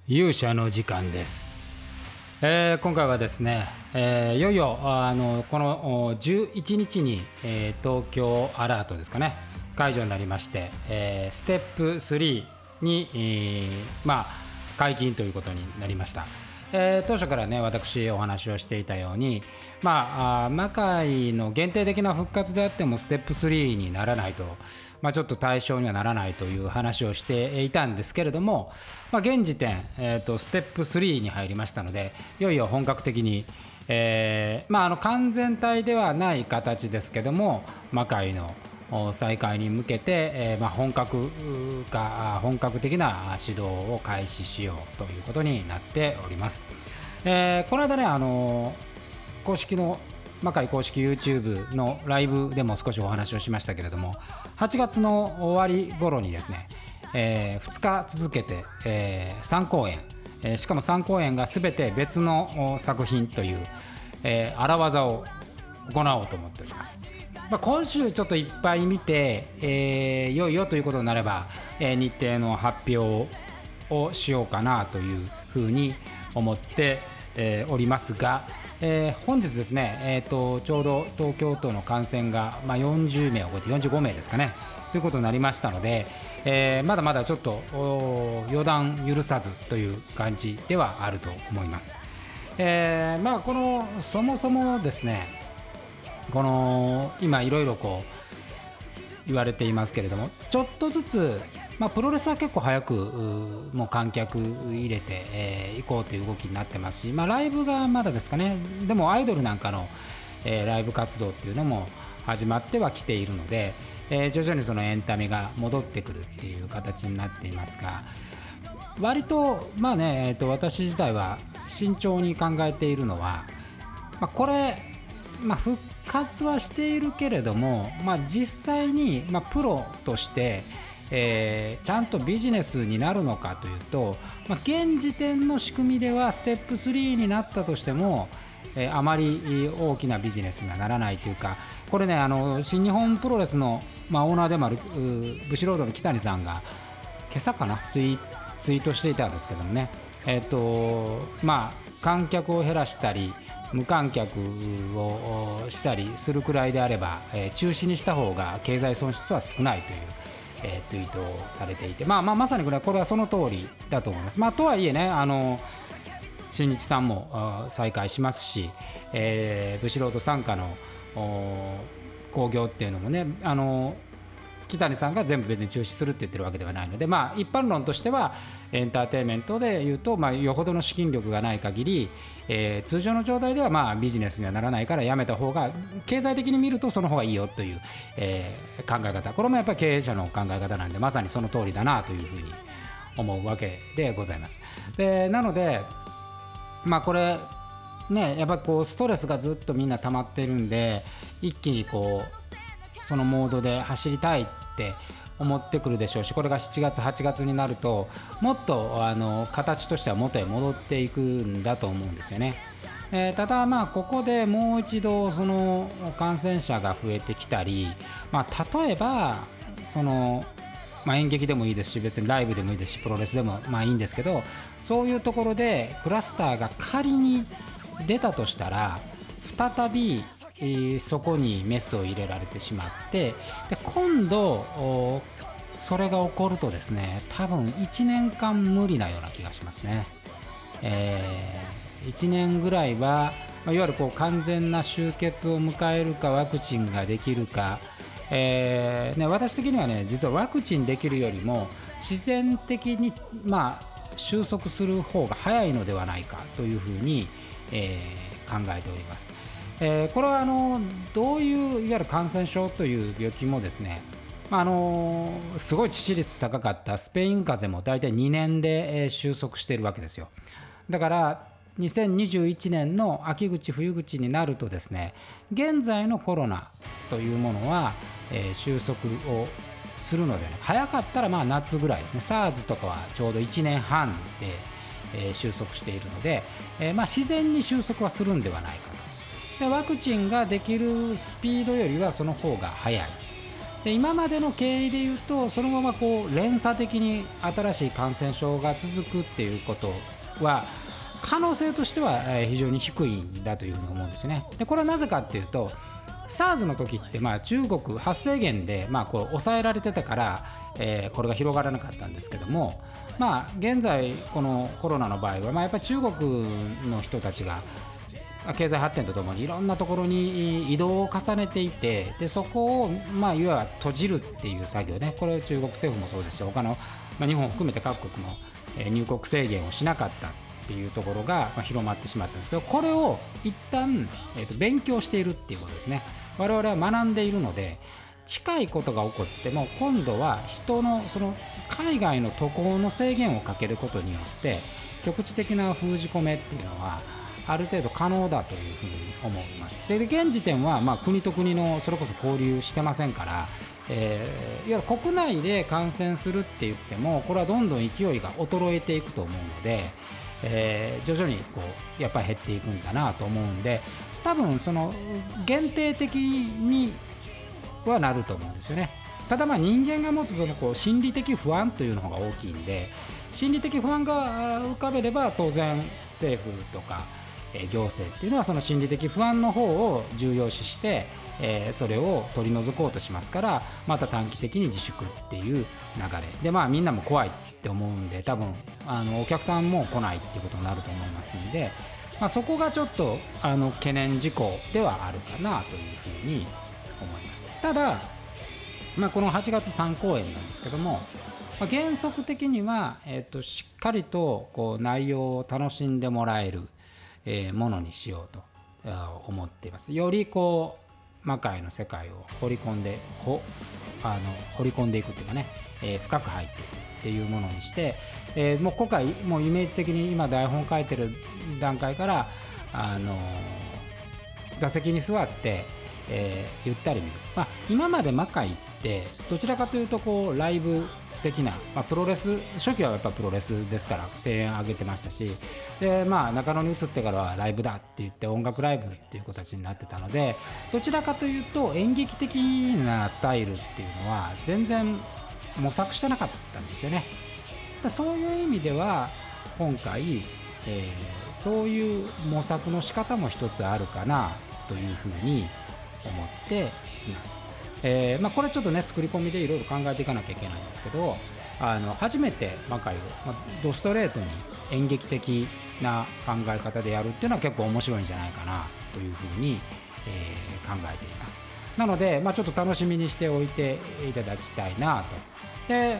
勇者の時間です。今回はですね、いよいよこの11日に、東京アラートですかね、解除になりまして、ステップ3に、解禁ということになりました。当初からね、私お話をしていたように、魔界の限定的な復活であってもステップ3にならないと、ちょっと対象にはならないという話をしていたんですけれども、現時点、ステップ3に入りましたので、いよいよ本格的に、完全体ではない形ですけども、魔界の再開に向けて、本格的な指導を開始しようということになっております。この間ね、公式の魔界公式 YouTube のライブでも少しお話をしましたけれども、8月の終わり頃にですね、2日続けて、3公演、しかも3公演が全て別の作品という、荒技を行おうと思っております。今週ちょっといっぱい見て、いよいよということになれば、日程の発表をしようかなというふうに思って、おりますが、本日ですね、ちょうど東京都の感染が、40名を超えて45名ですかねということになりましたので、まだまだちょっと予断許さずという感じではあると思います。このそもそもですね、この今いろいろこう言われていますけれども、ちょっとずつ、プロレスは結構早くもう観客入れていこうという動きになってますし、ライブがまだですかね。でもアイドルなんかの、ライブ活動っていうのも始まってはきているので、徐々にそのエンタメが戻ってくるっていう形になっていますが、割と私自体は慎重に考えているのは、これ、復活はしているけれども、実際に、プロとして、ちゃんとビジネスになるのかというと、現時点の仕組みではステップ3になったとしても、あまり大きなビジネスにはならないというか、これね、新日本プロレスの、オーナーでもあるブシロードの北谷さんが今朝かなツイートしていたんですけどもね、観客を減らしたり無観客をしたりするくらいであれば、中止にした方が経済損失は少ないというツイートをされていて、まさにこれはその通りだと思います。とはいえね、新日さんも再開しますし、ブシロード傘下の興行っていうのもね、北谷さんが全部別に中止するって言ってるわけではないので、一般論としてはエンターテインメントでいうと、よほどの資金力がない限り、通常の状態ではビジネスにはならないからやめた方が、経済的に見るとその方がいいよという、考え方、これもやっぱり経営者の考え方なんで、まさにその通りだなというふうに思うわけでございます。でなのでこれね、やっぱりこうストレスがずっとみんな溜まってるんで、一気にこうそのモードで走りたいって思ってくるでしょうし、これが7月8月になるともっと形としては元へ戻っていくんだと思うんですよね。ただここでもう一度その感染者が増えてきたり、例えばその演劇でもいいですし、別にライブでもいいですし、プロレスでもいいんですけど、そういうところでクラスターが仮に出たとしたら、再びそこにメスを入れられてしまって、で今度それが起こるとですね、多分1年間無理なような気がしますね。1年ぐらいは、いわゆるこう完全な終結を迎えるか、ワクチンができるか、私的にはね、実はワクチンできるよりも自然的に収束する方が早いのではないかというふうに、考えております。これはどういういわゆる感染症という病気もですね、すごい致死率高かったスペイン風邪も大体2年で収束しているわけですよ。だから2021年の秋口冬口になるとですね、現在のコロナというものは、収束をするので、早かったら夏ぐらいですね。 SARS とかはちょうど1年半で、収束しているので、自然に収束はするんではないかと。でワクチンができるスピードよりはその方が早い。 で今までの経緯でいうとそのままこう連鎖的に新しい感染症が続くっていうことは可能性としては非常に低いんだというふうに思うんですよね。でこれはなぜかっていうと SARS の時って中国発生源でこう抑えられてたから、これが広がらなかったんですけども、現在このコロナの場合はやっぱり中国の人たちが経済発展とともにいろんなところに移動を重ねていて、でそこをいわば閉じるっていう作業ね、これは中国政府もそうですし他の、日本を含めて各国も入国制限をしなかったっていうところが広まってしまったんですけど、これを一旦勉強しているっていうことですね。我々は学んでいるので、近いことが起こっても今度は人のその海外の渡航の制限をかけることによって局地的な封じ込めっていうのはある程度可能だというふうに思います。で現時点は国と国のそれこそ交流してませんから、いわゆる国内で感染するって言ってもこれはどんどん勢いが衰えていくと思うので、徐々にこうやっぱり減っていくんだなと思うんで、多分その限定的にはなると思うんですよね。ただ人間が持つそのこう心理的不安というのが大きいんで、心理的不安が浮かべれば当然政府とか行政っていうのはその心理的不安の方を重要視して、それを取り除こうとしますから、また短期的に自粛っていう流れでみんなも怖いって思うんで、多分お客さんも来ないっていうことになると思いますんで、そこがちょっと懸念事項ではあるかなというふうに思います。ただ、この8月3公演なんですけども、原則的には、しっかりとこう内容を楽しんでもらえるものにしようと思っています。よりこう魔界の世界を掘り込んでいくっていうかね、深く入っていくっていうものにして、もう今回もうイメージ的に今台本書いてる段階から座席に座って、ゆったり見る、今まで魔界ってどちらかというとこうライブ的な、プロレス初期はやっぱプロレスですから声援上げてましたし、で中野に移ってからはライブだって言って音楽ライブっていう形になってたので、どちらかというと演劇的なスタイルっていうのは全然模索してなかったんですよね。そういう意味では今回、そういう模索の仕方も一つあるかなというふうに思っています。これちょっとね作り込みでいろいろ考えていかなきゃいけないんですけど、初めて魔界を、ドストレートに演劇的な考え方でやるっていうのは結構面白いんじゃないかなというふうに、考えています。なので、ちょっと楽しみにしておいていただきたいなと。で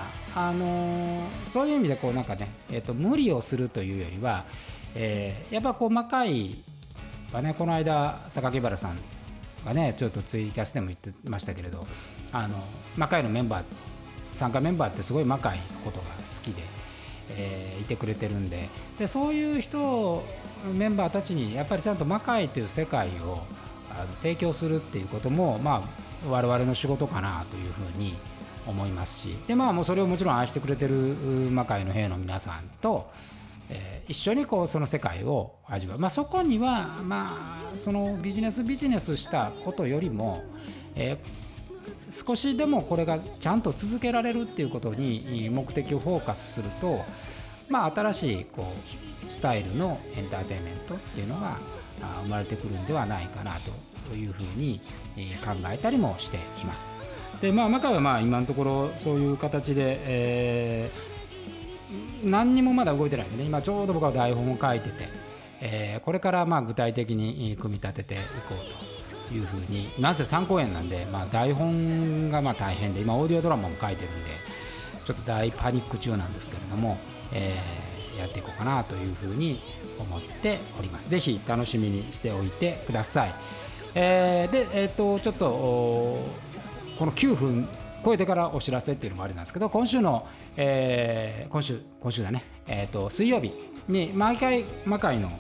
そういう意味でこうなんかね、無理をするというよりは、やっぱこう魔界はね、この間榊原さんがねちょっとツイキャスでも言ってましたけれど、魔界のメンバー参加メンバーってすごい魔界のことが好きで、いてくれてるんで、そういう人メンバーたちにやっぱりちゃんと魔界という世界を提供するっていうことも我々の仕事かなというふうに思いますし、でもうそれをもちろん愛してくれてる魔界の兵の皆さんと、一緒にこうその世界を味わう、そこにはそのビジネスしたことよりも、少しでもこれがちゃんと続けられるっていうことに目的をフォーカスすると、新しいこうスタイルのエンターテインメントっていうのが生まれてくるんではないかなというふうに考えたりもしています。で魔界は今のところそういう形で、何にもまだ動いてないんでね、今ちょうど僕は台本を書いてて、これから具体的に組み立てていこうというふうに、なぜ3公演なんで、台本が大変で、今オーディオドラマも書いてるんでちょっと大パニック中なんですけれども、やっていこうかなというふうに思っております。ぜひ楽しみにしておいてください。でちょっとこの9分超えてからお知らせっていうのもありなんですけど、今週の、今週だね、水曜日に毎回魔界の、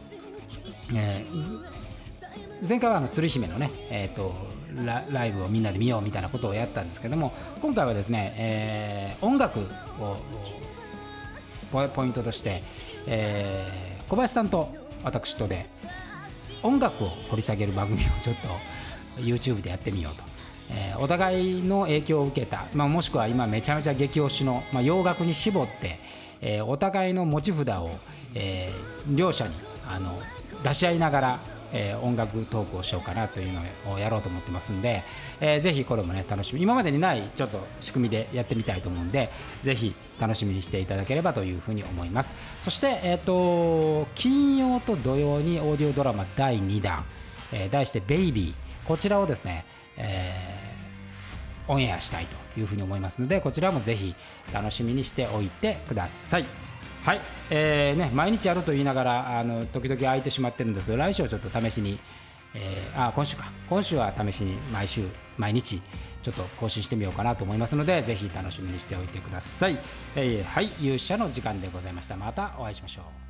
前回は鶴姫のね、ライブをみんなで見ようみたいなことをやったんですけども、今回はですね、音楽をポイントとして、小林さんと私とで音楽を掘り下げる番組をちょっと YouTube でやってみようとお互いの影響を受けた、もしくは今めちゃめちゃ激推しの、洋楽に絞って、お互いの持ち札を、両者に出し合いながら、音楽トークをしようかなというのをやろうと思ってますんで、ぜひこれもね楽しみ、今までにないちょっと仕組みでやってみたいと思うんで、ぜひ楽しみにしていただければというふうに思います。そして、金曜と土曜にオーディオドラマ第2弾、題してベイビー、こちらをですね、オンエアしたいというふうに思いますので、こちらもぜひ楽しみにしておいてください。はい、毎日やると言いながら時々空いてしまってるんですけど、来週はちょっと試しに、今週は試しに毎日ちょっと更新してみようかなと思いますので、ぜひ楽しみにしておいてください。はい、勇者の時間でございました。またお会いしましょう。